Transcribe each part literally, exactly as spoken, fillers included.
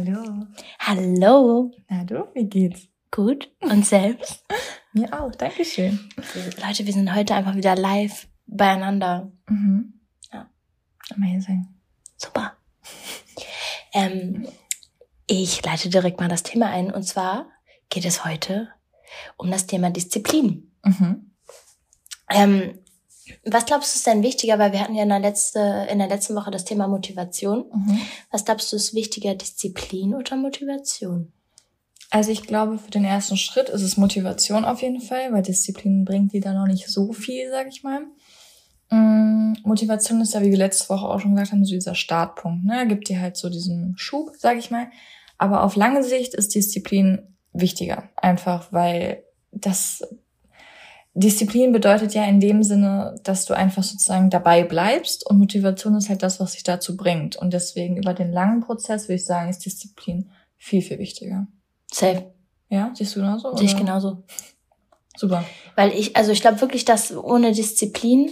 Hallo. Hallo. Na du, wie geht's? Gut. Und selbst? Mir auch, dankeschön. Leute, wir sind heute einfach wieder live beieinander. Mhm. Ja. Amazing. Super. Ähm, ich leite direkt mal das Thema ein. Und zwar geht es heute um das Thema Disziplin. Mhm. Ähm, was glaubst du ist denn wichtiger, weil wir hatten ja in der, letzte, in der letzten Woche das Thema Motivation. Mhm. Was glaubst du ist wichtiger, Disziplin oder Motivation? Also ich glaube, für den ersten Schritt ist es Motivation auf jeden Fall, weil Disziplin bringt dir da noch nicht so viel, sag ich mal. Mhm. Motivation ist ja, wie wir letzte Woche auch schon gesagt haben, so dieser Startpunkt, ne? Gibt dir halt so diesen Schub, sag ich mal. Aber auf lange Sicht ist Disziplin wichtiger. Einfach, weil das Disziplin bedeutet ja in dem Sinne, dass du einfach sozusagen dabei bleibst und Motivation ist halt das, was dich dazu bringt. Und deswegen über den langen Prozess würde ich sagen, ist Disziplin viel, viel wichtiger. Safe. Ja, siehst du genauso? Sehe ich oder? genauso. Super. Weil ich, also ich glaube wirklich, dass ohne Disziplin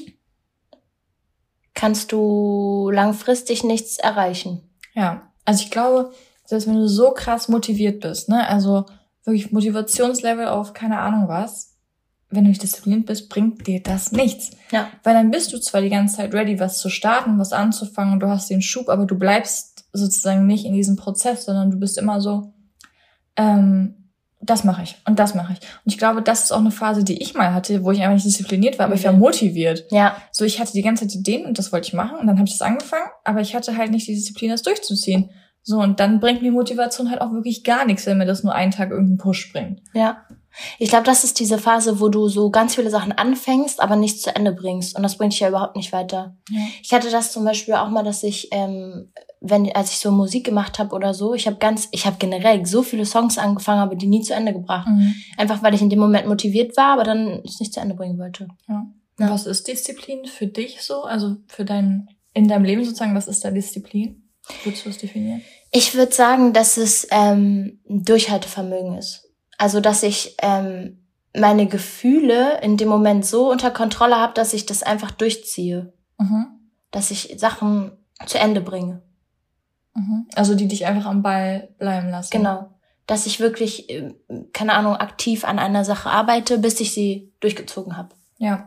kannst du langfristig nichts erreichen. Ja, also ich glaube, selbst wenn du so krass motiviert bist, ne, also wirklich Motivationslevel auf keine Ahnung was, wenn du nicht diszipliniert bist, bringt dir das nichts. Ja. Weil dann bist du zwar die ganze Zeit ready, was zu starten, was anzufangen und du hast den Schub, aber du bleibst sozusagen nicht in diesem Prozess, sondern du bist immer so, ähm, das mache ich und das mache ich. Und ich glaube, das ist auch eine Phase, die ich mal hatte, wo ich einfach nicht diszipliniert war, aber ich war motiviert. Ja. So, ich hatte die ganze Zeit Ideen und das wollte ich machen und dann habe ich das angefangen, aber ich hatte halt nicht die Disziplin, das durchzuziehen. So, und dann bringt mir Motivation halt auch wirklich gar nichts, wenn mir das nur einen Tag irgendeinen Push bringt. Ja. Ich glaube, das ist diese Phase, wo du so ganz viele Sachen anfängst, aber nichts zu Ende bringst. Und das bringt dich ja überhaupt nicht weiter. Ja. Ich hatte das zum Beispiel auch mal, dass ich, ähm, wenn als ich so Musik gemacht habe oder so, ich habe ganz, ich habe generell so viele Songs angefangen, aber die nie zu Ende gebracht. Mhm. Einfach, weil ich in dem Moment motiviert war, aber dann es nicht zu Ende bringen wollte. Ja. Ja. Was ist Disziplin für dich so? Also für dein, in deinem Leben sozusagen, was ist da Disziplin? Würdest du das definieren? Ich würde sagen, dass es ähm, Durchhaltevermögen ist. Also, dass ich ähm, meine Gefühle in dem Moment so unter Kontrolle habe, dass ich das einfach durchziehe. Mhm. Dass ich Sachen zu Ende bringe. Mhm. Also die dich einfach am Ball bleiben lassen. Genau. Dass ich wirklich, äh, keine Ahnung, aktiv an einer Sache arbeite, bis ich sie durchgezogen habe. Ja.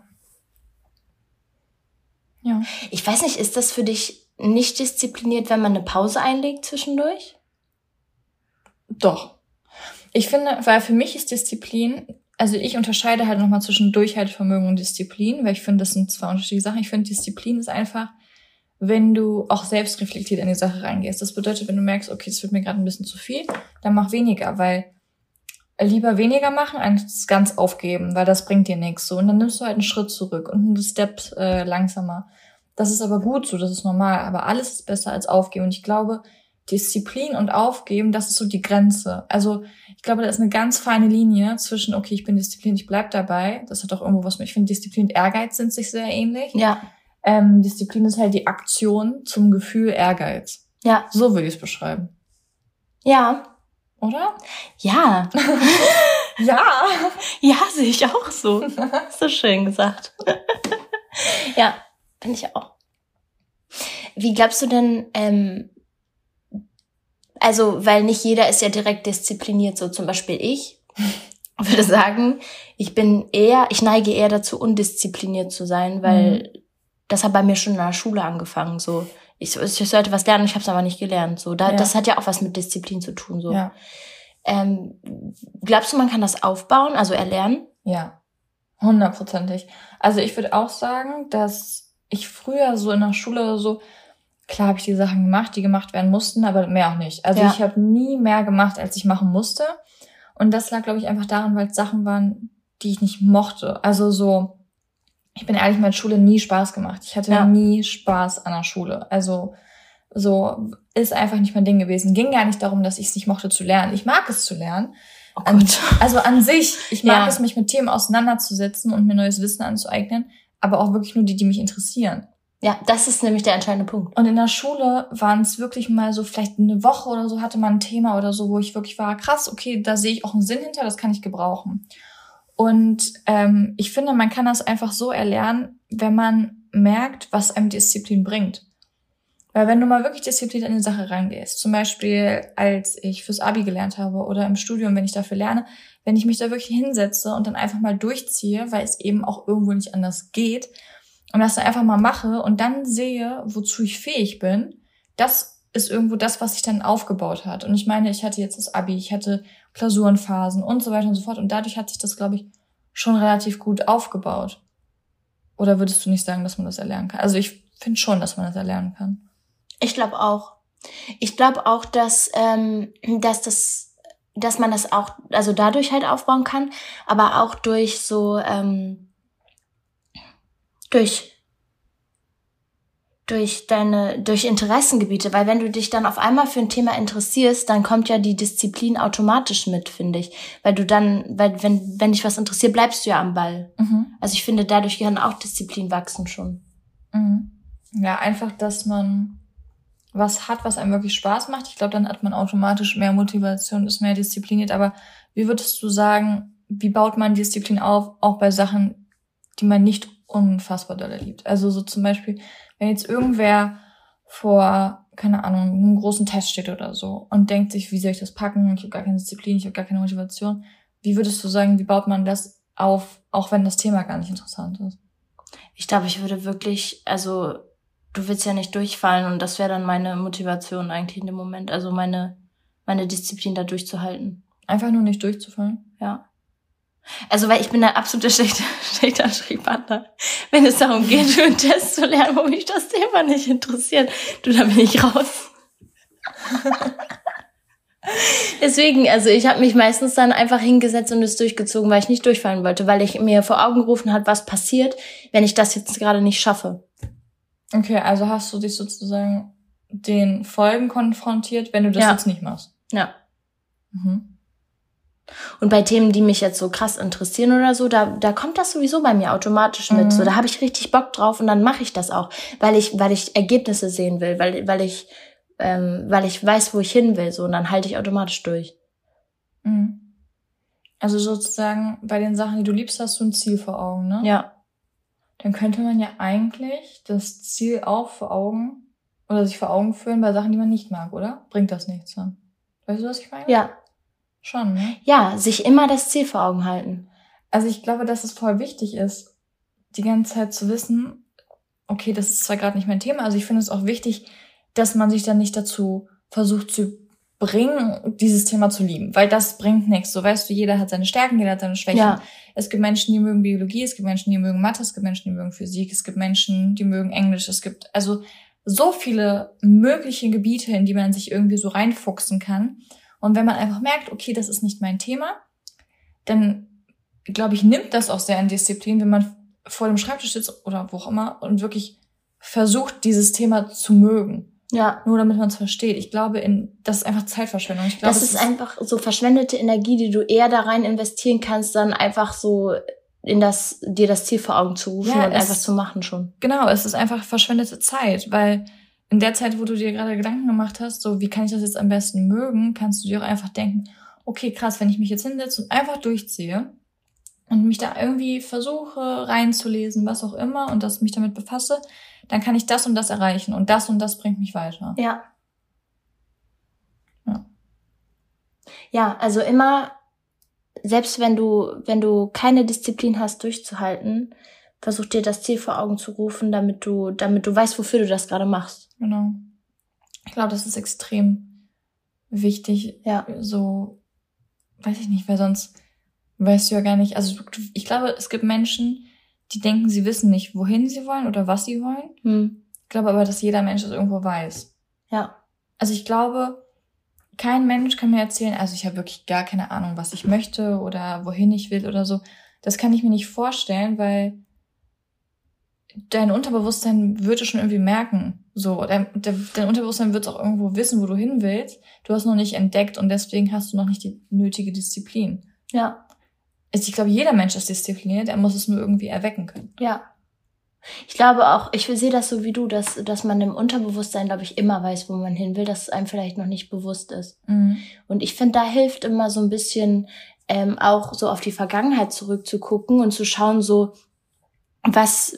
Ja. Ich weiß nicht, ist das für dich nicht diszipliniert, wenn man eine Pause einlegt zwischendurch? Doch. Ich finde, weil für mich ist Disziplin, also ich unterscheide halt nochmal zwischen Durchhaltevermögen und Disziplin, weil ich finde, das sind zwei unterschiedliche Sachen. Ich finde, Disziplin ist einfach, wenn du auch selbst reflektiert in die Sache reingehst. Das bedeutet, wenn du merkst, okay, es wird mir gerade ein bisschen zu viel, dann mach weniger, weil lieber weniger machen als ganz aufgeben, weil das bringt dir nichts. So, und dann nimmst du halt einen Schritt zurück und einen Step äh, langsamer. Das ist aber gut so, das ist normal, aber alles ist besser als aufgeben. Und ich glaube, Disziplin und Aufgeben, das ist so die Grenze. Also ich glaube, da ist eine ganz feine Linie zwischen, okay, ich bin diszipliniert, ich bleib dabei. Das hat auch irgendwo was mit, ich finde, Disziplin und Ehrgeiz sind sich sehr ähnlich. Ja. Ähm, Disziplin ist halt die Aktion zum Gefühl Ehrgeiz. Ja. So würde ich es beschreiben. Ja. Oder? Ja. Ja. Ja, sehe ich auch so. So schön gesagt. Ja, finde ich auch. Wie glaubst du denn, ähm, also, weil nicht jeder ist ja direkt diszipliniert, so zum Beispiel ich würde sagen, ich bin eher, ich neige eher dazu, undiszipliniert zu sein, weil mhm. das hat bei mir schon in der Schule angefangen, so. Ich, ich sollte was lernen, ich habe es aber nicht gelernt, so. Da, ja. Das hat ja auch was mit Disziplin zu tun, so. Ja. Ähm, glaubst du, man kann das aufbauen, also erlernen? Ja, hundertprozentig. Also ich würde auch sagen, dass ich früher so in der Schule oder so, klar habe ich die Sachen gemacht, die gemacht werden mussten, aber mehr auch nicht. Also ja. ich habe nie mehr gemacht, als ich machen musste. Und das lag, glaube ich, einfach daran, weil es Sachen waren, die ich nicht mochte. Also so, ich bin ehrlich, mir hat Schule nie Spaß gemacht. Ich hatte ja. nie Spaß an der Schule. Also so ist einfach nicht mein Ding gewesen. Ging gar nicht darum, dass ich es nicht mochte zu lernen. Ich mag es zu lernen. Oh Gott. Also an sich, ich mag ja. es, mich mit Themen auseinanderzusetzen und mir neues Wissen anzueignen, aber auch wirklich nur die, die mich interessieren. Ja, das ist nämlich der entscheidende Punkt. Und in der Schule waren es wirklich mal so, vielleicht eine Woche oder so hatte man ein Thema oder so, wo ich wirklich war, krass, okay, da sehe ich auch einen Sinn hinter, das kann ich gebrauchen. Und ähm, ich finde, man kann das einfach so erlernen, wenn man merkt, was einem Disziplin bringt. Weil wenn du mal wirklich diszipliniert an die Sache rangehst, zum Beispiel als ich fürs Abi gelernt habe oder im Studium, wenn ich dafür lerne, wenn ich mich da wirklich hinsetze und dann einfach mal durchziehe, weil es eben auch irgendwo nicht anders geht und das dann einfach mal mache und dann sehe, wozu ich fähig bin, das ist irgendwo das, was sich dann aufgebaut hat. Und ich meine, ich hatte jetzt das Abi, ich hatte Klausurenphasen und so weiter und so fort und dadurch hat sich das, glaube ich, schon relativ gut aufgebaut. Oder würdest du nicht sagen, dass man das erlernen kann? Also ich finde schon, dass man das erlernen kann. Ich glaube auch. Ich glaube auch, dass ähm, dass das, dass man das auch, also dadurch halt aufbauen kann, aber auch durch so ähm, durch durch deine durch Interessengebiete, weil wenn du dich dann auf einmal für ein Thema interessierst, dann kommt ja die Disziplin automatisch mit, finde ich, weil du dann, weil wenn wenn dich was interessiert, bleibst du ja am Ball. Mhm. Also ich finde, dadurch kann auch Disziplin wachsen schon. Mhm. Ja, einfach, dass man was hat, was einem wirklich Spaß macht. Ich glaube, dann hat man automatisch mehr Motivation, ist mehr diszipliniert. Aber wie würdest du sagen, wie baut man Disziplin auf, auch bei Sachen, die man nicht unfassbar doll liebt? Also so zum Beispiel, wenn jetzt irgendwer vor, keine Ahnung, einem großen Test steht oder so und denkt sich, wie soll ich das packen? Ich habe gar keine Disziplin, ich habe gar keine Motivation. Wie würdest du sagen, wie baut man das auf, auch wenn das Thema gar nicht interessant ist? Ich glaube, ich würde wirklich, also du willst ja nicht durchfallen und das wäre dann meine Motivation eigentlich in dem Moment. Also meine meine Disziplin da durchzuhalten. Einfach nur nicht durchzufallen? Ja. Also weil ich bin ein absoluter schlechter, schlechter Ansprechpartner, wenn es darum geht, für einen Test zu lernen, wo mich das Thema nicht interessiert. Du, da bin ich raus. Deswegen, also ich habe mich meistens dann einfach hingesetzt und es durchgezogen, weil ich nicht durchfallen wollte, weil ich mir vor Augen gerufen hat, was passiert, wenn ich das jetzt gerade nicht schaffe. Okay, also hast du dich sozusagen den Folgen konfrontiert, wenn du das ja. jetzt nicht machst? Ja. Mhm. Und bei Themen, die mich jetzt so krass interessieren oder so, da da kommt das sowieso bei mir automatisch mit. Mhm. So, da habe ich richtig Bock drauf und dann mache ich das auch, weil ich weil ich Ergebnisse sehen will, weil weil ich ähm, weil ich weiß, wo ich hin will, so, und dann halte ich automatisch durch. Mhm. Also sozusagen bei den Sachen, die du liebst, hast du ein Ziel vor Augen, ne? Ja. Dann könnte man ja eigentlich das Ziel auch vor Augen oder sich vor Augen führen bei Sachen, die man nicht mag, oder? Bringt das nichts dann? Weißt du, was ich meine? Ja. Schon, ne? Ja, sich immer das Ziel vor Augen halten. Also ich glaube, dass es voll wichtig ist, die ganze Zeit zu wissen, okay, das ist zwar gerade nicht mein Thema, also ich finde es auch wichtig, dass man sich dann nicht dazu versucht zu bringen, dieses Thema zu lieben, weil das bringt nichts. So, weißt du, jeder hat seine Stärken, jeder hat seine Schwächen. Ja. Es gibt Menschen, die mögen Biologie, es gibt Menschen, die mögen Mathe, es gibt Menschen, die mögen Physik, es gibt Menschen, die mögen Englisch. Es gibt also so viele mögliche Gebiete, in die man sich irgendwie so reinfuchsen kann. Und wenn man einfach merkt, okay, das ist nicht mein Thema, dann, glaube ich, nimmt das auch sehr an Disziplin, wenn man vor dem Schreibtisch sitzt oder wo auch immer und wirklich versucht, dieses Thema zu mögen. Ja. Nur damit man es versteht. Ich glaube, in, das ist einfach Zeitverschwendung. Ich glaube, das ist, ist einfach so verschwendete Energie, die du eher da rein investieren kannst, dann einfach so in das, dir das Ziel vor Augen zu rufen ja, und es, einfach zu machen schon. Genau, es ist einfach verschwendete Zeit, weil in der Zeit, wo du dir gerade Gedanken gemacht hast, so wie kann ich das jetzt am besten mögen, kannst du dir auch einfach denken, okay, krass, wenn ich mich jetzt hinsetze und einfach durchziehe und mich da irgendwie versuche reinzulesen, was auch immer, und das mich damit befasse, dann kann ich das und das erreichen und das und das bringt mich weiter. Ja. Ja, ja, also immer, selbst wenn du wenn du keine Disziplin hast, durchzuhalten, versuch dir das Ziel vor Augen zu rufen, damit du damit du weißt, wofür du das gerade machst. Genau. Ich glaube, das ist extrem wichtig. Ja. So, weiß ich nicht, weil sonst weißt du ja gar nicht. Also ich glaube, es gibt Menschen, die denken, sie wissen nicht, wohin sie wollen oder was sie wollen. Hm. Ich glaube aber, dass jeder Mensch das irgendwo weiß. Ja. Also ich glaube, kein Mensch kann mir erzählen, also ich habe wirklich gar keine Ahnung, was ich möchte oder wohin ich will oder so. Das kann ich mir nicht vorstellen, weil dein Unterbewusstsein wird es schon irgendwie merken. So, dein, dein Unterbewusstsein wird auch irgendwo wissen, wo du hin willst. Du hast noch nicht entdeckt und deswegen hast du noch nicht die nötige Disziplin. Ja. Ich glaube, jeder Mensch ist diszipliniert, er muss es nur irgendwie erwecken können. Ja. Ich glaube auch, ich sehe das so wie du, dass dass man im Unterbewusstsein, glaube ich, immer weiß, wo man hin will, dass es einem vielleicht noch nicht bewusst ist. Mhm. Und ich finde, da hilft immer so ein bisschen ähm, auch so auf die Vergangenheit zurückzugucken und zu schauen, so was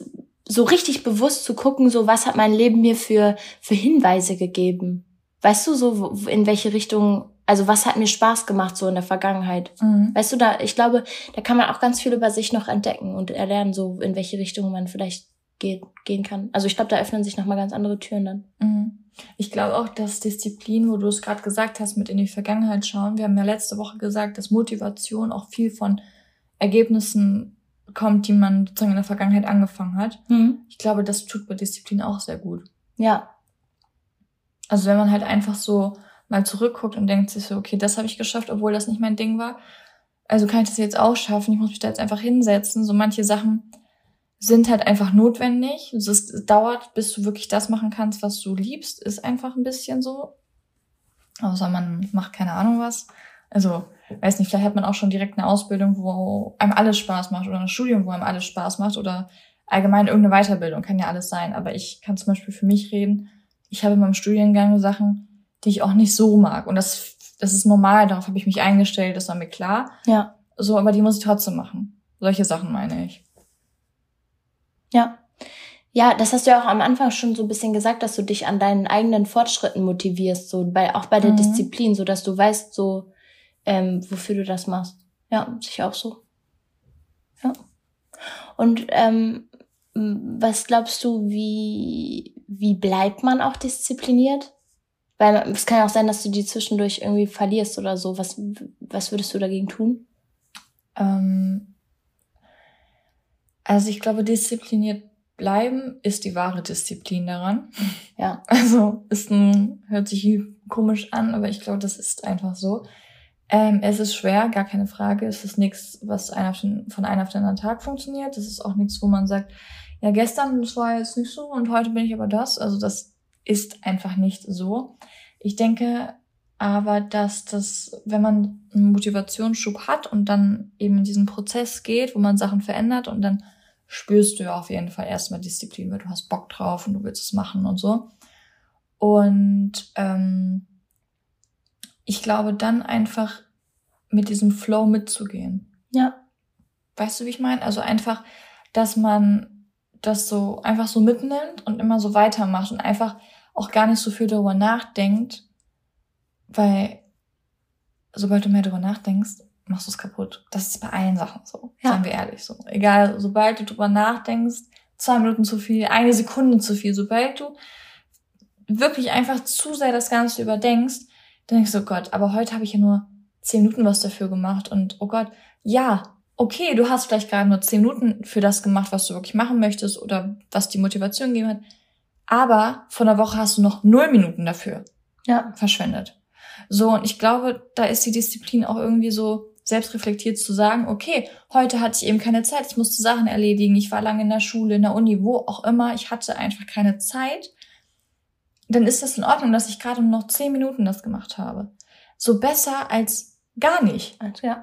so richtig bewusst zu gucken, so was hat mein Leben mir für für Hinweise gegeben. Weißt du, so in welche Richtung, also was hat mir Spaß gemacht so in der Vergangenheit. Mhm. Weißt du, da ich glaube, da kann man auch ganz viel über sich noch entdecken und erlernen, so in welche Richtung man vielleicht geht, gehen kann. Also ich glaube, da öffnen sich nochmal ganz andere Türen dann. Mhm. Ich glaube auch, dass Disziplin, wo du es gerade gesagt hast, mit in die Vergangenheit schauen. Wir haben ja letzte Woche gesagt, dass Motivation auch viel von Ergebnissen kommt, die man sozusagen in der Vergangenheit angefangen hat. Mhm. Ich glaube, das tut bei Disziplin auch sehr gut. Ja. Also wenn man halt einfach so mal zurückguckt und denkt sich so, okay, das habe ich geschafft, obwohl das nicht mein Ding war. Also kann ich das jetzt auch schaffen. Ich muss mich da jetzt einfach hinsetzen. So manche Sachen sind halt einfach notwendig. Also es, es dauert, bis du wirklich das machen kannst, was du liebst. Ist einfach ein bisschen so. Außer man macht keine Ahnung was. Also, weiß nicht, vielleicht hat man auch schon direkt eine Ausbildung, wo einem alles Spaß macht oder ein Studium, wo einem alles Spaß macht oder allgemein irgendeine Weiterbildung. Kann ja alles sein. Aber ich kann zum Beispiel für mich reden. Ich habe in meinem Studiengang Sachen, die ich auch nicht so mag. Und das, das ist normal. Darauf habe ich mich eingestellt. Das war mir klar. Ja. So, aber die muss ich trotzdem machen. Solche Sachen meine ich. Ja. Ja, das hast du ja auch am Anfang schon so ein bisschen gesagt, dass du dich an deinen eigenen Fortschritten motivierst, so bei, auch bei der Mhm. Disziplin, so dass du weißt, so, ähm, wofür du das machst. Ja, sicher auch so. Ja. Und, ähm, was glaubst du, wie, wie bleibt man auch diszipliniert? Weil es kann ja auch sein, dass du die zwischendurch irgendwie verlierst oder so. Was, was würdest du dagegen tun? Ähm, also ich glaube, diszipliniert bleiben ist die wahre Disziplin daran. Ja. Also ist ein, hört sich komisch an, aber ich glaube, das ist einfach so. Ähm, es ist schwer, gar keine Frage. Es ist nichts, was einer auf den, von einem auf den anderen Tag funktioniert. Es ist auch nichts, wo man sagt, ja, gestern, das war jetzt nicht so und heute bin ich aber das. Also das ist einfach nicht so. Ich denke aber, dass das, wenn man einen Motivationsschub hat und dann eben in diesen Prozess geht, wo man Sachen verändert und dann spürst du ja auf jeden Fall erstmal Disziplin, weil du hast Bock drauf und du willst es machen und so. Und ähm, ich glaube, dann einfach mit diesem Flow mitzugehen. Ja. Weißt du, wie ich meine? Also einfach, dass man das so einfach so mitnimmt und immer so weitermacht und einfach auch gar nicht so viel darüber nachdenkt, weil sobald du mehr darüber nachdenkst, machst du es kaputt. Das ist bei allen Sachen so, Ja. seien wir ehrlich so. Egal, sobald du drüber nachdenkst, zwei Minuten zu viel, eine Sekunde zu viel, sobald du wirklich einfach zu sehr das Ganze überdenkst, dann denkst du, oh Gott, aber heute habe ich ja nur zehn Minuten was dafür gemacht und oh Gott, ja, okay, du hast vielleicht gerade nur zehn Minuten für das gemacht, was du wirklich machen möchtest oder was die Motivation gegeben hat, aber vor einer Woche hast du noch null Minuten dafür Ja. verschwendet. So, und ich glaube, da ist die Disziplin auch irgendwie so selbstreflektiert zu sagen, okay, heute hatte ich eben keine Zeit, ich musste Sachen erledigen, ich war lange in der Schule, in der Uni, wo auch immer, ich hatte einfach keine Zeit, dann ist das in Ordnung, dass ich gerade nur noch zehn Minuten das gemacht habe. So besser als gar nicht. Ja.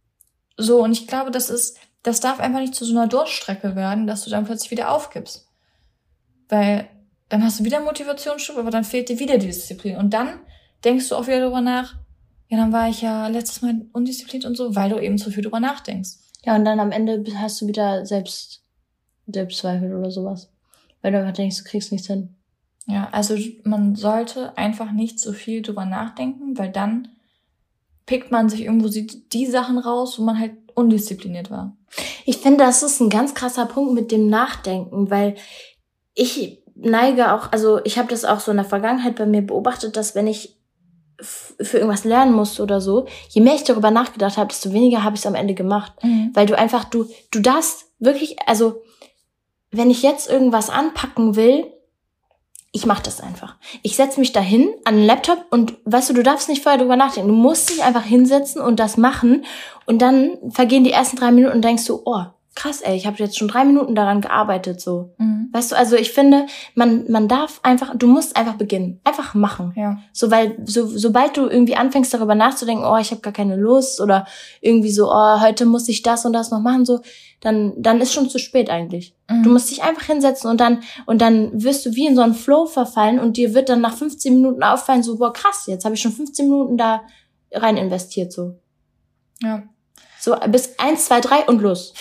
So, und ich glaube, das ist, das darf einfach nicht zu so einer Durststrecke werden, dass du dann plötzlich wieder aufgibst. Weil dann hast du wieder einen Motivationsschub, aber dann fehlt dir wieder die Disziplin. Und dann denkst du auch wieder darüber nach, ja, dann war ich ja letztes Mal undiszipliniert und so, weil du eben zu viel drüber nachdenkst. Ja, und dann am Ende hast du wieder selbst, Selbstzweifel oder sowas. Weil du einfach denkst, du kriegst nichts hin. Ja, also man sollte einfach nicht so viel drüber nachdenken, weil dann pickt man sich irgendwo die, die Sachen raus, wo man halt undiszipliniert war. Ich finde, das ist ein ganz krasser Punkt mit dem Nachdenken, weil ich neige auch, also ich habe das auch so in der Vergangenheit bei mir beobachtet, dass wenn ich f- für irgendwas lernen musste oder so, je mehr ich darüber nachgedacht habe, desto weniger habe ich es am Ende gemacht. Mhm. Weil du einfach, du, du darfst wirklich, also wenn ich jetzt irgendwas anpacken will, ich mache das einfach. Ich setze mich dahin an den Laptop und weißt du, du darfst nicht vorher drüber nachdenken. Du musst dich einfach hinsetzen und das machen und dann vergehen die ersten drei Minuten und denkst du, oh, krass, ey, ich habe jetzt schon drei Minuten daran gearbeitet, so. Mhm. Weißt du, also ich finde, man man darf einfach, du musst einfach beginnen, einfach machen. Ja. So, weil so, sobald du irgendwie anfängst darüber nachzudenken, oh, ich habe gar keine Lust oder irgendwie so, oh, heute muss ich das und das noch machen, so, dann dann ist schon zu spät eigentlich. Mhm. Du musst dich einfach hinsetzen und dann und dann wirst du wie in so einen Flow verfallen und dir wird dann nach fünfzehn Minuten auffallen, so, boah, krass, jetzt habe ich schon fünfzehn Minuten da rein investiert, so. Ja. So bis eins, zwei, drei und los.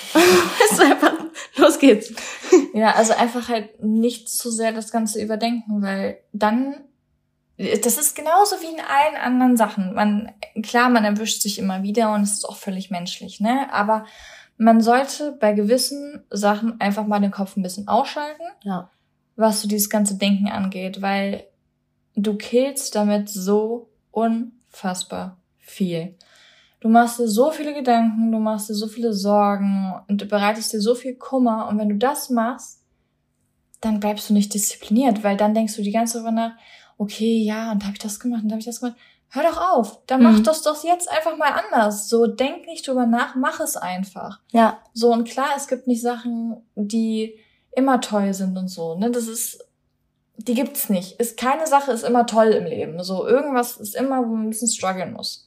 Los geht's. Ja, also einfach halt nicht zu sehr das Ganze überdenken, weil dann, das ist genauso wie in allen anderen Sachen. Man, klar, man erwischt sich immer wieder und es ist auch völlig menschlich, ne? Aber man sollte bei gewissen Sachen einfach mal den Kopf ein bisschen ausschalten, ja. was so dieses ganze Denken angeht, weil du killst damit so unfassbar viel. Du machst dir so viele Gedanken, du machst dir so viele Sorgen und du bereitest dir so viel Kummer. Und wenn du das machst, dann bleibst du nicht diszipliniert, weil dann denkst du die ganze Zeit darüber nach, okay, ja, und da habe ich das gemacht und da habe ich das gemacht. Hör doch auf, dann mach mhm. das doch jetzt einfach mal anders. So, denk nicht drüber nach, mach es einfach. Ja. So, und klar, es gibt nicht Sachen, die immer toll sind und so, ne, das ist, die gibt's nicht. Ist, keine Sache ist immer toll im Leben. So, irgendwas ist immer, wo man ein bisschen strugglen muss.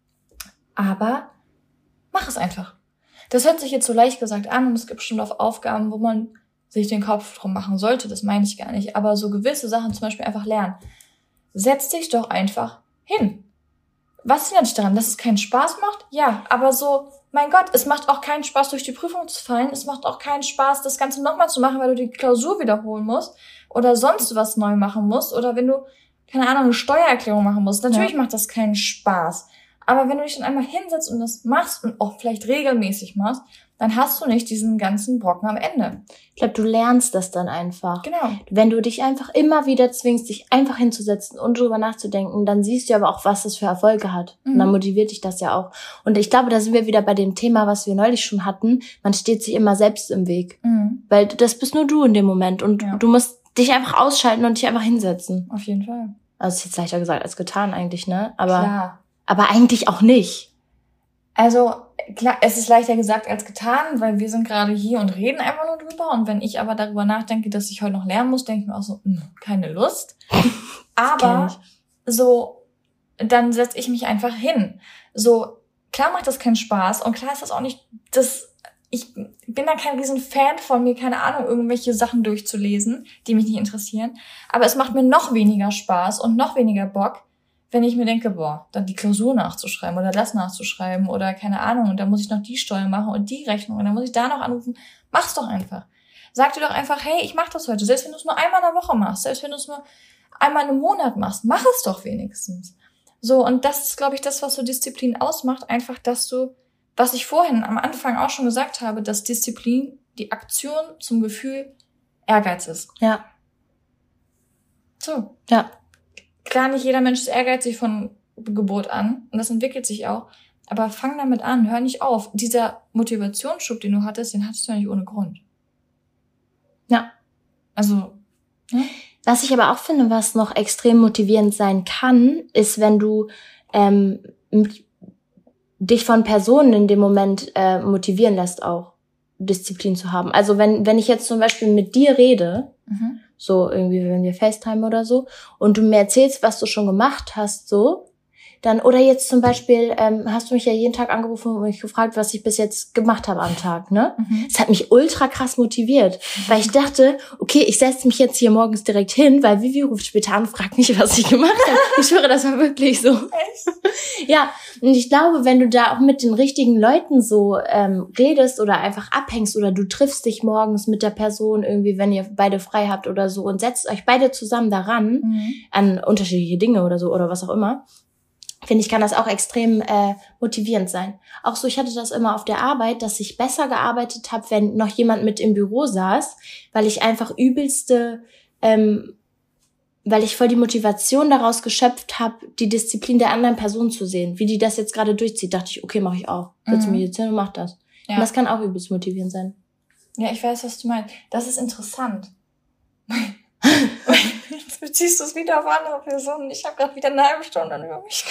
Aber mach es einfach. Das hört sich jetzt so leicht gesagt an und es gibt bestimmt auch Aufgaben, wo man sich den Kopf drum machen sollte. Das meine ich gar nicht. Aber so gewisse Sachen, zum Beispiel einfach lernen. Setz dich doch einfach hin. Was hindert dich daran, dass es keinen Spaß macht? Ja, aber so, mein Gott, es macht auch keinen Spaß, durch die Prüfung zu fallen. Es macht auch keinen Spaß, das Ganze nochmal zu machen, weil du die Klausur wiederholen musst oder sonst was neu machen musst oder wenn du, keine Ahnung, eine Steuererklärung machen musst. Natürlich ja. macht das keinen Spaß. Aber wenn du dich dann einmal hinsetzt und das machst und auch vielleicht regelmäßig machst, dann hast du nicht diesen ganzen Brocken am Ende. Ich glaube, du lernst das dann einfach. Genau. Wenn du dich einfach immer wieder zwingst, dich einfach hinzusetzen und drüber nachzudenken, dann siehst du aber auch, was das für Erfolge hat. Mhm. Und dann motiviert dich das ja auch. Und ich glaube, da sind wir wieder bei dem Thema, was wir neulich schon hatten. Man steht sich immer selbst im Weg. Mhm. Weil das bist nur du in dem Moment. Und ja. du musst dich einfach ausschalten und dich einfach hinsetzen. Auf jeden Fall. Also ist jetzt leichter gesagt als getan eigentlich, ne? Aber Klar. Aber eigentlich auch nicht. Also, klar, es ist leichter gesagt als getan, weil wir sind gerade hier und reden einfach nur drüber. Und wenn ich aber darüber nachdenke, dass ich heute noch lernen muss, denke ich mir auch so, mh, keine Lust. Aber so, dann setze ich mich einfach hin. So, klar macht das keinen Spaß und klar ist das auch nicht, das, ich bin da kein riesen Fan von mir, keine Ahnung, irgendwelche Sachen durchzulesen, die mich nicht interessieren. Aber es macht mir noch weniger Spaß und noch weniger Bock, wenn ich mir denke, boah, dann die Klausur nachzuschreiben oder das nachzuschreiben oder keine Ahnung und dann muss ich noch die Steuer machen und die Rechnung und dann muss ich da noch anrufen. Mach's doch einfach. Sag dir doch einfach, hey, ich mach das heute. Selbst wenn du es nur einmal in der Woche machst, selbst wenn du es nur einmal im Monat machst, mach es doch wenigstens. So, und das ist, glaube ich, das, was so Disziplin ausmacht. Einfach, dass du, was ich vorhin am Anfang auch schon gesagt habe, dass Disziplin die Aktion zum Gefühl Ehrgeiz ist. Ja. So. Ja. Klar, nicht jeder Mensch ist ehrgeizig von Geburt an und das entwickelt sich auch. Aber fang damit an, hör nicht auf. Dieser Motivationsschub, den du hattest, den hattest du ja nicht ohne Grund. Ja. Also, ne? Was ich aber auch finde, was noch extrem motivierend sein kann, ist, wenn du ähm, dich von Personen in dem Moment äh, motivieren lässt, auch Disziplin zu haben. Also wenn wenn ich jetzt zum Beispiel mit dir rede, mhm. so irgendwie, wenn wir FaceTime oder so, und du mir erzählst, was du schon gemacht hast, so, dann, oder jetzt zum Beispiel, ähm, hast du mich ja jeden Tag angerufen und mich gefragt, was ich bis jetzt gemacht habe am Tag, ne? Mhm. Das hat mich ultra krass motiviert, weil ich dachte, okay, ich setze mich jetzt hier morgens direkt hin, weil Vivi ruft später an und fragt mich, was ich gemacht habe. Ich schwöre, das war wirklich so. Echt? Ja, und ich glaube, wenn du da auch mit den richtigen Leuten so ähm, redest oder einfach abhängst oder du triffst dich morgens mit der Person irgendwie, wenn ihr beide frei habt oder so und setzt euch beide zusammen daran, mhm. an unterschiedliche Dinge oder so oder was auch immer, finde ich, kann das auch extrem äh, motivierend sein. Auch so, ich hatte das immer auf der Arbeit, dass ich besser gearbeitet habe, wenn noch jemand mit im Büro saß, weil ich einfach übelste, ähm, weil ich voll die Motivation daraus geschöpft habe, die Disziplin der anderen Person zu sehen. Wie die das jetzt gerade durchzieht, dachte ich, okay, mache ich auch. Setz mich jetzt hin und mach das. Ja. Und das kann auch übelst motivierend sein. Ja, ich weiß, was du meinst. Das ist interessant. Jetzt beziehst du es wieder auf andere Personen. Ich habe gerade wieder eine halbe Stunde über mich.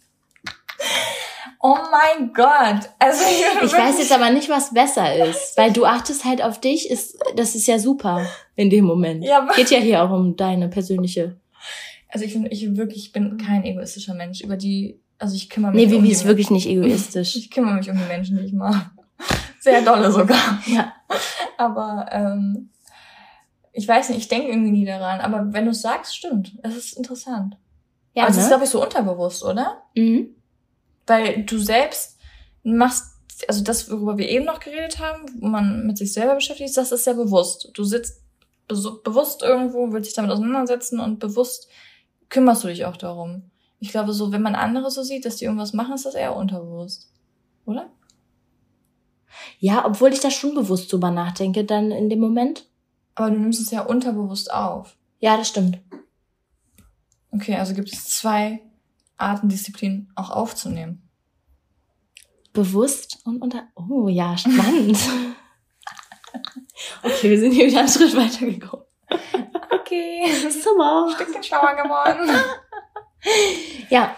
Oh mein Gott. Also ich, ich weiß jetzt aber nicht, was besser ist. Weil du achtest halt auf dich. Ist, das ist ja super in dem Moment. Ja, geht ja hier auch um deine persönliche... Also ich finde, ich wirklich bin kein egoistischer Mensch. Über die... Also ich kümmere mich nee, um Vivi ist wirklich nicht egoistisch. Ich kümmere mich um die Menschen, die ich mag. Sehr dolle sogar. Ja. Aber... ähm ich weiß nicht, ich denke irgendwie nie daran, aber wenn du es sagst, stimmt. Es ist interessant. Ja, also ne? Es ist, glaube ich, so unterbewusst, oder? Mhm. Weil du selbst machst also das, worüber wir eben noch geredet haben, wo man mit sich selber beschäftigt ist, das ist ja bewusst. Du sitzt be- bewusst irgendwo, willst dich damit auseinandersetzen und bewusst kümmerst du dich auch darum. Ich glaube, so, wenn man andere so sieht, dass die irgendwas machen, ist das eher unterbewusst. Oder? Ja, obwohl ich da schon bewusst drüber nachdenke, dann in dem Moment. Aber du nimmst es ja unterbewusst auf. Ja, das stimmt. Okay, also gibt es zwei Arten, Disziplin auch aufzunehmen. Bewusst und unter... Oh ja, spannend. Okay, wir sind hier wieder einen Schritt weitergekommen. Okay. Super. Ein Stückchen schlauer geworden. Ja.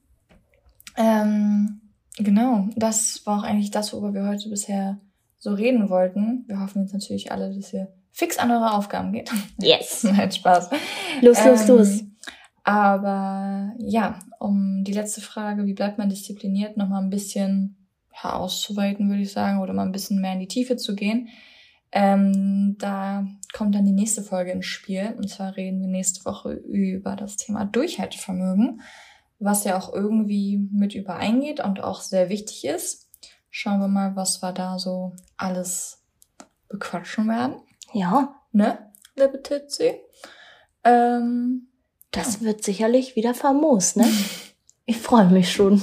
Ähm, genau, das war auch eigentlich das, worüber wir heute bisher so reden wollten. Wir hoffen jetzt natürlich alle, dass ihr fix an eure Aufgaben geht. Yes. Nein, Spaß. Los, los, Ähm, los. Aber ja, um die letzte Frage, wie bleibt man diszipliniert, nochmal ein bisschen ja, auszuweiten, würde ich sagen, oder mal ein bisschen mehr in die Tiefe zu gehen. Ähm, da kommt dann die nächste Folge ins Spiel. Und zwar reden wir nächste Woche über das Thema Durchhaltevermögen, was ja auch irgendwie mit übereingeht und auch sehr wichtig ist. Schauen wir mal, was wir da so alles bequatschen werden. Ja. Ne, liebe Titzi? Ähm, Das wird sicherlich wieder famos, ne? Ich freue mich schon.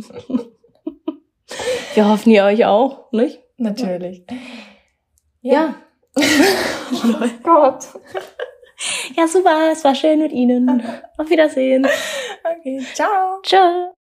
Wir hoffen, ihr euch auch, nicht? natürlich. Ja. Oh Gott. Ja, super. Es war schön mit Ihnen. Auf Wiedersehen. Okay, ciao. Tschö.